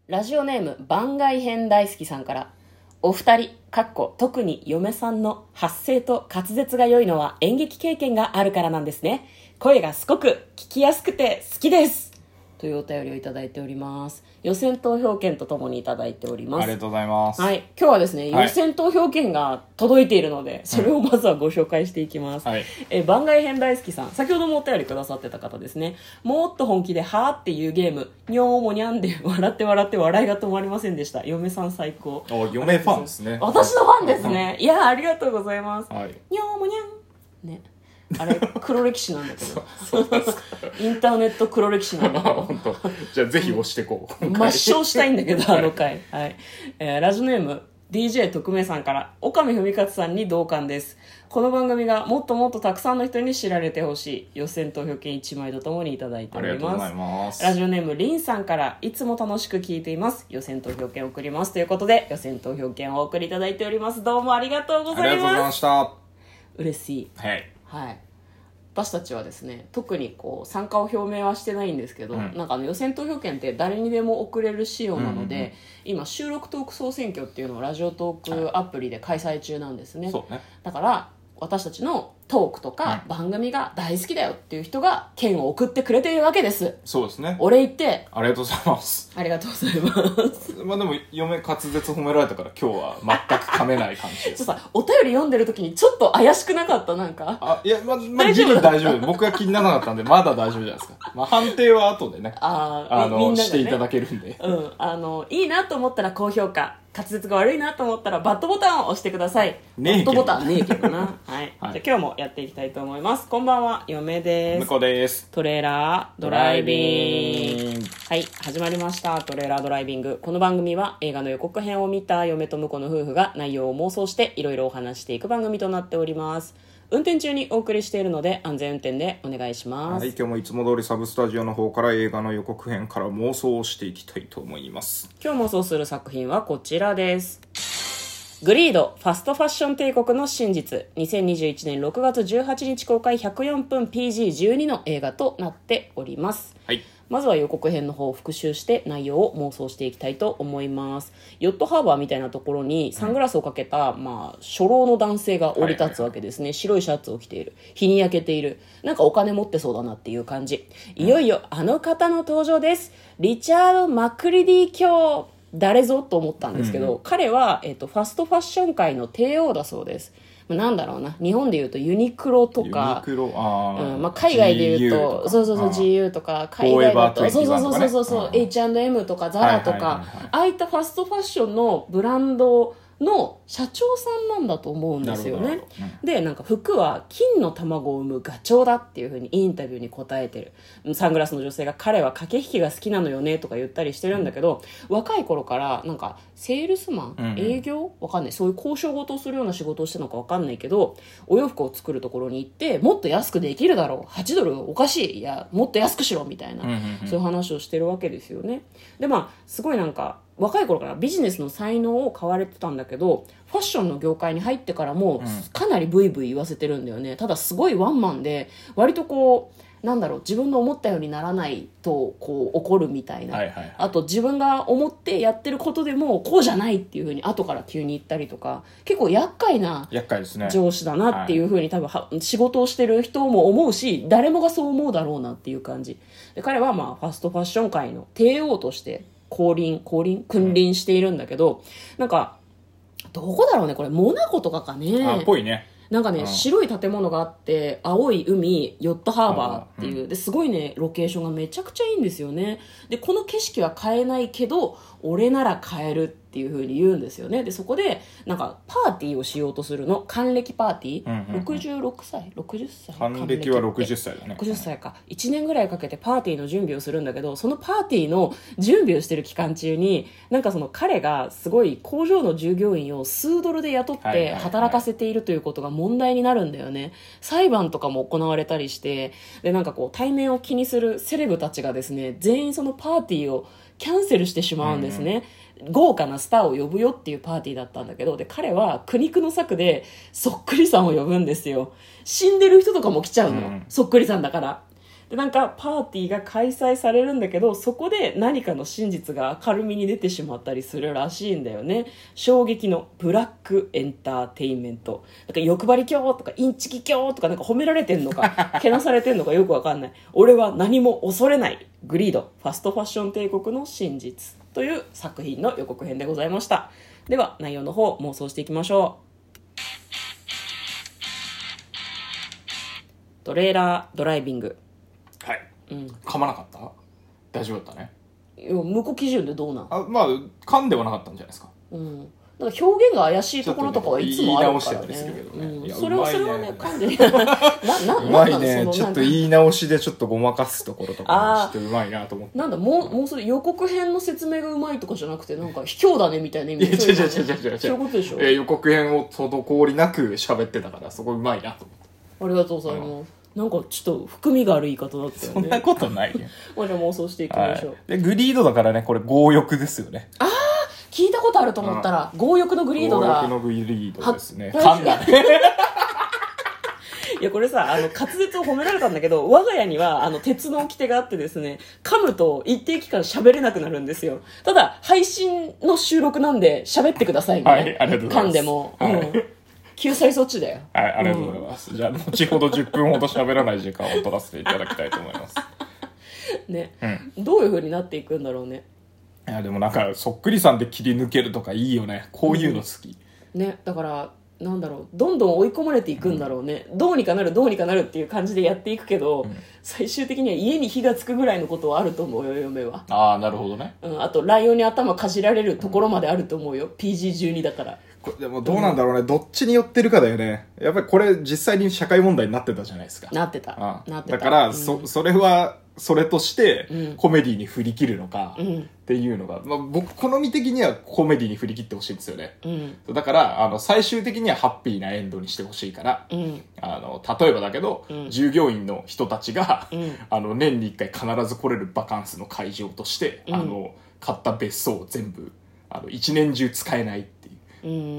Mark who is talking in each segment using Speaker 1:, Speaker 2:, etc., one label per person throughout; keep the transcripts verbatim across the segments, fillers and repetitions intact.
Speaker 1: ラジオネーム番外編大好きさんから、お二人かっこ特に嫁さんの発声と滑舌が良いのは演劇経験があるからなんですね。声がすごく聞きやすくて好きですというお便りをいただいております。予選投票券とともにいただいております。
Speaker 2: ありがとうございます。
Speaker 1: はい、今日はですね、
Speaker 2: はい
Speaker 1: 予選投票券が届いているので、それをまずはご紹介していきます。
Speaker 2: はい、
Speaker 1: え番外編大好きさん、先ほどもお便りくださってた方ですね。もっと本気ではーっていうゲーム、にょーもにゃんで笑って笑って笑いが止まりませんでした。嫁さん最高。
Speaker 2: お嫁ファンですね。
Speaker 1: 私のファンですね。いやありがとうございます。
Speaker 2: はい、
Speaker 1: にょーもにゃんね、あれ黒歴史なんだけどインターネット黒歴史なんだけど
Speaker 2: 本当。じゃあぜひ押してこう。
Speaker 1: 抹消したいんだけどあの回、はいえー、ラジオネーム ディージェー 特命さんから、岡見文勝さんに同感です。この番組がもっともっとたくさんの人に知られてほしい。予選投票券いちまいとともにいただいております。
Speaker 2: ありがとうございます。
Speaker 1: ラジオネームりんさんから、いつも楽しく聞いています。予選投票券を送りますということで、予選投票券をお送りいただいております。どうもありがとうございます。
Speaker 2: ありがとうございました。
Speaker 1: 嬉しい。
Speaker 2: はい、
Speaker 1: はい、私たちはですね、特にこう参加を表明はしてないんですけど、うん、なんかあの予選投票券って誰にでも送れる仕様なので、うんうんうん、今収録トーク総選挙っていうのをラジオトークアプリで開催中なんですね、はい、そうね。だから私たちのトークとか番組が大好きだよっていう人が券を送ってくれているわけです。
Speaker 2: そうですね。
Speaker 1: お礼言って
Speaker 2: ありがとうございます。
Speaker 1: ありがとうございます
Speaker 2: まあでも嫁滑舌褒められたから今日は全く噛めない感じです。
Speaker 1: ちょっとさ、お便り読んでる時にちょっと怪しくなかった？なんか
Speaker 2: あ、いや、ま、まあ、ギリ大丈夫。僕が気にならなかったんでまだ大丈夫じゃないですか。まあ判定は後でね、
Speaker 1: あ
Speaker 2: あの、
Speaker 1: みんながね、
Speaker 2: していただけるんで、
Speaker 1: うん、あのいいなと思ったら高評価、滑舌が悪いなと思ったらバッドボタンを押してください。
Speaker 2: ねえけど
Speaker 1: バッドボタンねえけどなはい、
Speaker 2: はい、
Speaker 1: じゃあ今日もやっていきたいと思います。こんばんは、嫁です。
Speaker 2: 向こうです。
Speaker 1: トレーラードライビング。はい、始まりました。トレーラードライビング。この番組は映画の予告編を見た嫁と婿の夫婦が内容を妄想していろいろお話していく番組となっております。運転中にお送りしているので安全運転でお願いします。
Speaker 2: はい、今日もいつも通りサブスタジオの方から映画の予告編から妄想をしていきたいと思います。
Speaker 1: 今日妄想する作品はこちらです。グリードファストファッション帝国の真実。にせんにじゅういちねんろくがつじゅうはちにち公開、ひゃくよんぷん ピージーじゅうに の映画となっております。
Speaker 2: はい、
Speaker 1: まずは予告編の方を復習して内容を妄想していきたいと思います。ヨットハーバーみたいなところにサングラスをかけた、うん、まあ、初老の男性が降り立つわけですね、はいはいはい、白いシャツを着ている、日に焼けている、なんかお金持ってそうだなっていう感じ。いよいよあの方の登場です。リチャード・マクリディ教、誰ぞと思ったんですけど、うん、彼は、えーと、ファストファッション界の帝王だそうです。なんだろうな、日本でいうとユニクロとか、
Speaker 2: ユニクロ、あ、
Speaker 1: うん、まあ、海外でいうと、とそうそうそう、ジーユー とか、海外だと、そうそうそうそうそう、エイチアンドエム とかザラとか、ああいったファストファッションのブランドの社長さんなんだと思うんですよね、うん、でなんか服は金の卵を産むガチョウだっていう風にインタビューに答えてるサングラスの女性が、彼は駆け引きが好きなのよねとか言ったりしてるんだけど、うん、若い頃からなんかセールスマン、うんうん、営業わかんない、そういう交渉事をするような仕事をしてるのかわかんないけど、お洋服を作るところに行って、もっと安くできるだろう、はちドルおかしい、いやもっと安くしろみたいな、うんうんうん、そういう話をしてるわけですよね。でまあすごいなんか若い頃からビジネスの才能を買われてたんだけど、ファッションの業界に入ってからもかなりブイブイ言わせてるんだよね。ただすごいワンマンで、割とこうなんだろう、自分の思ったようにならないとこう怒るみたいな、はいはいはい、あと自分が思ってやってることでもこうじゃないっていう風に後から急に言ったりとか、結構厄介な上司だなっていう風に多分は仕事をしてる人も思うし、誰もがそう思うだろうなっていう感じで、彼はまあファストファッション界の帝王として降臨降臨君臨しているんだけど、うん、なんかどこだろうね、これモナコとかかね、
Speaker 2: あっぽいね。
Speaker 1: なんかね、うん、白い建物があって青い海、ヨットハーバーっていう、うん、ですごいねロケーションがめちゃくちゃいいんですよね。でこの景色は買えないけど俺なら買えるっていう風に言うんですよね。でそこでなんかパーティーをしようとするの、還暦パーティー、うんうんうん、ろくじゅうろくさいろくじゅっさい、
Speaker 2: 還暦はろくじゅっさいだね。
Speaker 1: ろくじゅっさいか、いちねんぐらいかけてパーティーの準備をするんだけど、そのパーティーの準備をしてる期間中になんかその彼がすごい工場の従業員を数ドルで雇って働かせているということが問題になるんだよね。裁判とかも行われたりして、でなんかこう対面を気にするセレブたちがですね、全員そのパーティーをキャンセルしてしまうんですね、うんうん、豪華なスターを呼ぶよっていうパーティーだったんだけど、で彼は苦肉の策でそっくりさんを呼ぶんですよ。死んでる人とかも来ちゃうの、うん、そっくりさんだから。 でなんかパーティーが開催されるんだけど、そこで何かの真実が明るみに出てしまったりするらしいんだよね。衝撃のブラックエンターテインメント。なんか欲張り狂とかインチキ狂とかなんか褒められてんのかけなされてんのかよくわかんない。俺は何も恐れない、グリードファストファッション帝国の真実という作品の予告編でございました。では内容の方妄想していきましょう。トレーラードライビング。
Speaker 2: はい、
Speaker 1: うん、
Speaker 2: 噛まなかった？大丈夫だったね。
Speaker 1: いや向こう基準でどうなん？
Speaker 2: あ、まあ噛んではなかったんじゃないですか。
Speaker 1: うん、なんか表現が怪しいところとかはいつもあるからね。
Speaker 2: 言い直してたりするけどね、
Speaker 1: うん、それはそれはね噛んでなな
Speaker 2: うまいね。ちょっと言い直しでちょっとごまかすところとかちょっとうまいなと思って。
Speaker 1: なんだもうもうそれ予告編の説明がうまいとかじゃなくてなんか卑怯だねみたいな意味で。
Speaker 2: いや違う違う違う違う違う。
Speaker 1: そういうことでしょ。
Speaker 2: えー、予告編を滞りなく喋ってたからそこうまいなと思って。
Speaker 1: ありがとうございます。うん、なんかちょっと含みがある言い方だったよね。
Speaker 2: そんなことないよ。
Speaker 1: まあじゃあ妄想していきましょう。
Speaker 2: はい、でグリードだからね、これ強欲ですよね。
Speaker 1: ああ聞いたことあると思ったら、うん、強欲のグリードだ。
Speaker 2: 強欲のグリードですね。噛んだね。
Speaker 1: いやこれさあの滑舌を褒められたんだけど、我が家にはあの鉄の掟があってですね、噛むと一定期間喋れなくなるんですよ。ただ配信の収録なんで喋ってくださいね。
Speaker 2: はい、ありがとうございます。
Speaker 1: 噛んでも、
Speaker 2: はい、
Speaker 1: うん、救済措置だよ。
Speaker 2: はい、ありがとうございます。うん、じゃあ後ほどじゅっぷんほど喋らない時間を取らせていただきたいと思います。
Speaker 1: ね、
Speaker 2: うん、
Speaker 1: どういう風になっていくんだろうね。
Speaker 2: いやでもなんかそっくりさんで切り抜けるとかいいよね。こういうの好き。
Speaker 1: うん、ね、だからなんだろう、どんどん追い込まれていくんだろうね、うん、どうにかなるどうにかなるっていう感じでやっていくけど、うん、最終的には家に火がつくぐらいのことはあると思うよ嫁は。
Speaker 2: ああなるほどね、
Speaker 1: うん、あとライオンに頭かじられるところまであると思うよ、うん、ピージーじゅうに だから。
Speaker 2: これでもどうなんだろうね、うん、どっちに寄ってるかだよね。やっぱりこれ実際に社会問題になってたじゃないですか。
Speaker 1: なってた、
Speaker 2: ああ
Speaker 1: なってた。
Speaker 2: だから、
Speaker 1: うん、
Speaker 2: そ, それはそれとしてコメディに振り切るのかっていうのが、
Speaker 1: うん、
Speaker 2: まあ、僕好み的にはコメディに振り切ってほしいんですよね、
Speaker 1: うん、
Speaker 2: だからあの最終的にはハッピーなエンドにしてほしいから、うん、あの例えばだけど、うん、従業員の人たちが、うん、あの年にいっかい必ず来れるバカンスの会場として、うん、あの買った別荘を全部あの一年中使えないっていう、うんうんうん、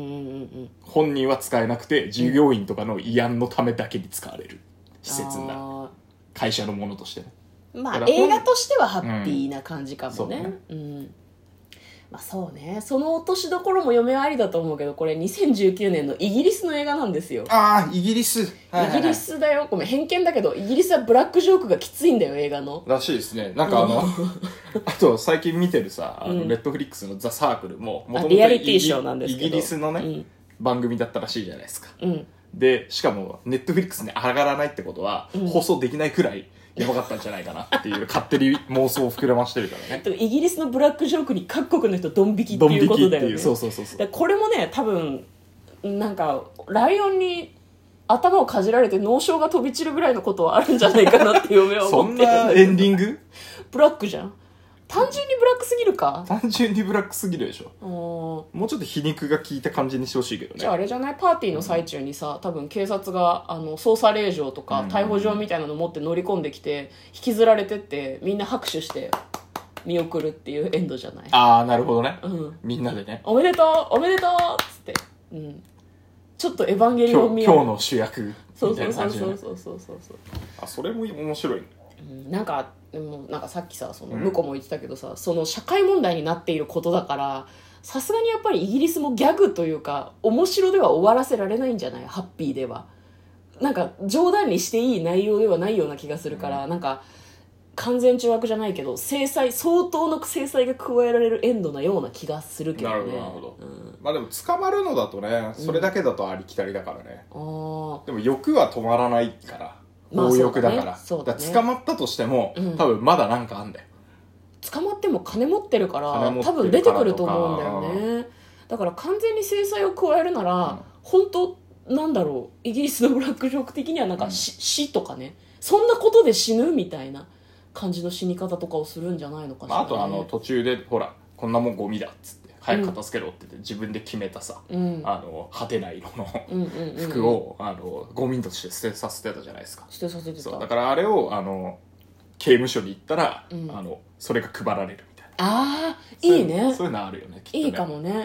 Speaker 2: 本人は使えなくて従業員とかの慰安のためだけに使われる施設になる、会社のものとしてね。
Speaker 1: まあ映画としてはハッピーな感じかもね、うん、うん、まあそうね、その落としどころも嫁はありだと思うけど、これにせんじゅうきゅうねんのイギリスの映画なんですよ。
Speaker 2: ああイギリス、
Speaker 1: はいはいはい、イギリスだよ。ごめん偏見だけどイギリスはブラックジョークがきついんだよ映画の。
Speaker 2: らしいですね。なんかあのあと最近見てるさあの、うん、ネットフリックスのザ・サークルももともと
Speaker 1: リアリティショーなんですけど
Speaker 2: イギリスのね、うん、番組だったらしいじゃないですか、
Speaker 1: うん、で
Speaker 2: しかもネットフリックスに上がらないってことは、うん、放送できないくらいやばかったんじゃないかなっていう勝手に妄想を膨らましてるからね。
Speaker 1: イギリスのブラックジョークに各国の人ドン引きっていうことだよね。
Speaker 2: そうそうそうそう。
Speaker 1: これもね多分なんかライオンに頭をかじられて脳症が飛び散るぐらいのことはあるんじゃないかなって嫁は思ってるんだけど。
Speaker 2: そんなエンディング
Speaker 1: ブラックじゃん。単純にブラックすぎるか。
Speaker 2: 単純にブラックすぎるでしょ。もうちょっと皮肉が効いた感じにしてほしいけどね。
Speaker 1: じゃああれじゃない、パーティーの最中にさ、多分警察があの捜査令状とか逮捕状みたいなの持って乗り込んできて引きずられてってみんな拍手して見送るっていうエンドじゃない。
Speaker 2: ああなるほどね、
Speaker 1: うん、
Speaker 2: みんなでね
Speaker 1: おめでとうおめでとうっつって、うん、ちょっとエヴァンゲリオン見
Speaker 2: よう今日の主役みたいな感じで、ね、
Speaker 1: そうそうそうそうそうそう。
Speaker 2: あそれも面白いね。
Speaker 1: うん、なんかでもなんかさっきさその向こうも言ってたけどさ、うん、その社会問題になっていることだからさすがにやっぱりイギリスもギャグというか面白では終わらせられないんじゃない。ハッピーではなんか冗談にしていい内容ではないような気がするから、うん、なんか完全懲悪じゃないけど制裁相当の制裁が加えられるエンドなような気がするけどね。
Speaker 2: なるほどなるほど、うん、まあでも捕まるのだとねそれだけだとありきたりだからね、うん、あでも欲は止まらないから強欲だから、まあそうだね、だから捕まったとしても、うん、多分まだなんかあんだよ。
Speaker 1: 捕まっても金持ってるから多分出てくると思うんだよね。だから完全に制裁を加えるなら、うん、本当なんだろうイギリスのブラックジョーク的にはなんか、うん、死とかねそんなことで死ぬみたいな感じの死に方とかをするんじゃないのかしら、ね、
Speaker 2: まあ、あとあの途中でほらこんなもんゴミだっつって早く片付けろって言って自分で決めたさ、うん、あの派手な色の服をあのゴミとして捨てさせてたじゃないですか。
Speaker 1: 捨てさせてた。
Speaker 2: そうだからあれをあの刑務所に行ったら、うん、あのそれが配られるみたいな。
Speaker 1: ああいいね。
Speaker 2: そういうのあるよねきっとね。
Speaker 1: いいかもね。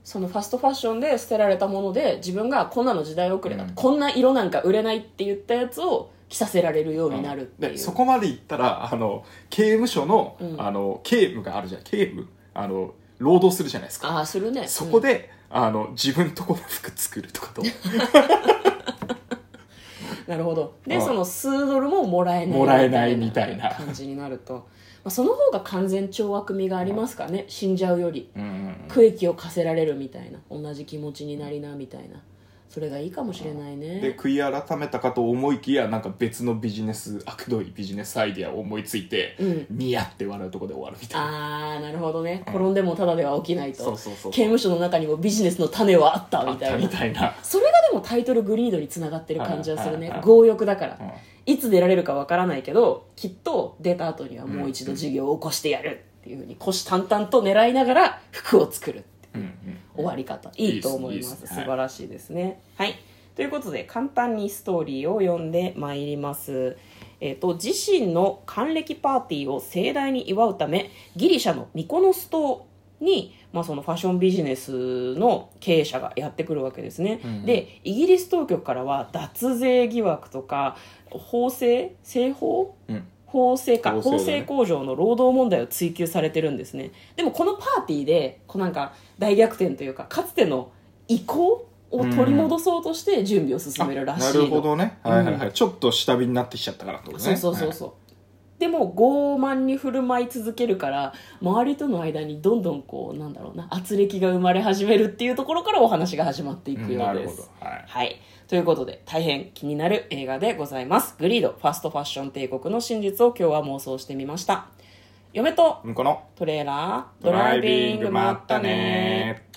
Speaker 1: そのファストファッションで捨てられたもので自分がこんなの時代遅れだ、
Speaker 2: うん、
Speaker 1: こんな色なんか売れないって言ったやつを着させられるようになるっていう、
Speaker 2: うん、でそこまでいったらあの刑務所の、
Speaker 1: うん、
Speaker 2: あの刑務があるじゃん、刑務あの労働するじゃないですか。
Speaker 1: あするね。
Speaker 2: そこで、うん、あの自分とこの服作るとかと
Speaker 1: なるほど。で、うん、その数ドルももらえない
Speaker 2: もらえないみたいな
Speaker 1: 感じになると、まあ、その方が完全懲悪味がありますかね、うん、死んじゃうより、
Speaker 2: うんうんうん、
Speaker 1: 区域を課せられるみたいな、同じ気持ちになりなみたいな、それがいいかもしれないね。
Speaker 2: で悔い改めたかと思いきやなんか別のビジネス悪どいビジネスアイデアを思いついて、うん、ニヤって笑うとこで終わるみたいな。
Speaker 1: あーなるほどね、うん、転んでもただでは起きないと、
Speaker 2: そうそうそう、
Speaker 1: 刑務所の中にもビジネスの種はあったみたい な,
Speaker 2: みたいな
Speaker 1: それがでもタイトルグリードにつながってる感じはするね。強欲だから、うん、いつ出られるかわからないけどきっと出た後にはもう一度事業を起こしてやるっていうふうに虎視眈々と狙いながら服を作るっていう、うんうん、終わり方いいと思います。素晴らしいですね。はい、はい、ということで簡単にストーリーを読んでまいります。えーと、自身の還暦パーティーを盛大に祝うためギリシャのミコノス島に、まあ、そのファッションビジネスの経営者がやってくるわけですね、うん、でイギリス当局からは脱税疑惑とか法制製法、うん法制か、法制工場の労働問題を追及されてるんですね。でもこのパーティーでこうなんか大逆転というかかつての意向を取り戻そうとして準備を進めるらしいの。
Speaker 2: なるほどね、はいはいはい、うん、ちょっと下火になってきちゃったからってことね。
Speaker 1: そうそうそうそう、はい、でも傲慢に振る舞い続けるから周りとの間にどんどんこうなんだろうな圧力が生まれ始めるっていうところからお話が始まっていくようです、うん、なるほど、はい、はい、ということで大変気になる映画でございます。グリードファストファッション帝国の真実を今日は妄想してみました。嫁と
Speaker 2: 向こうの
Speaker 1: トレーラードライビング、まったね。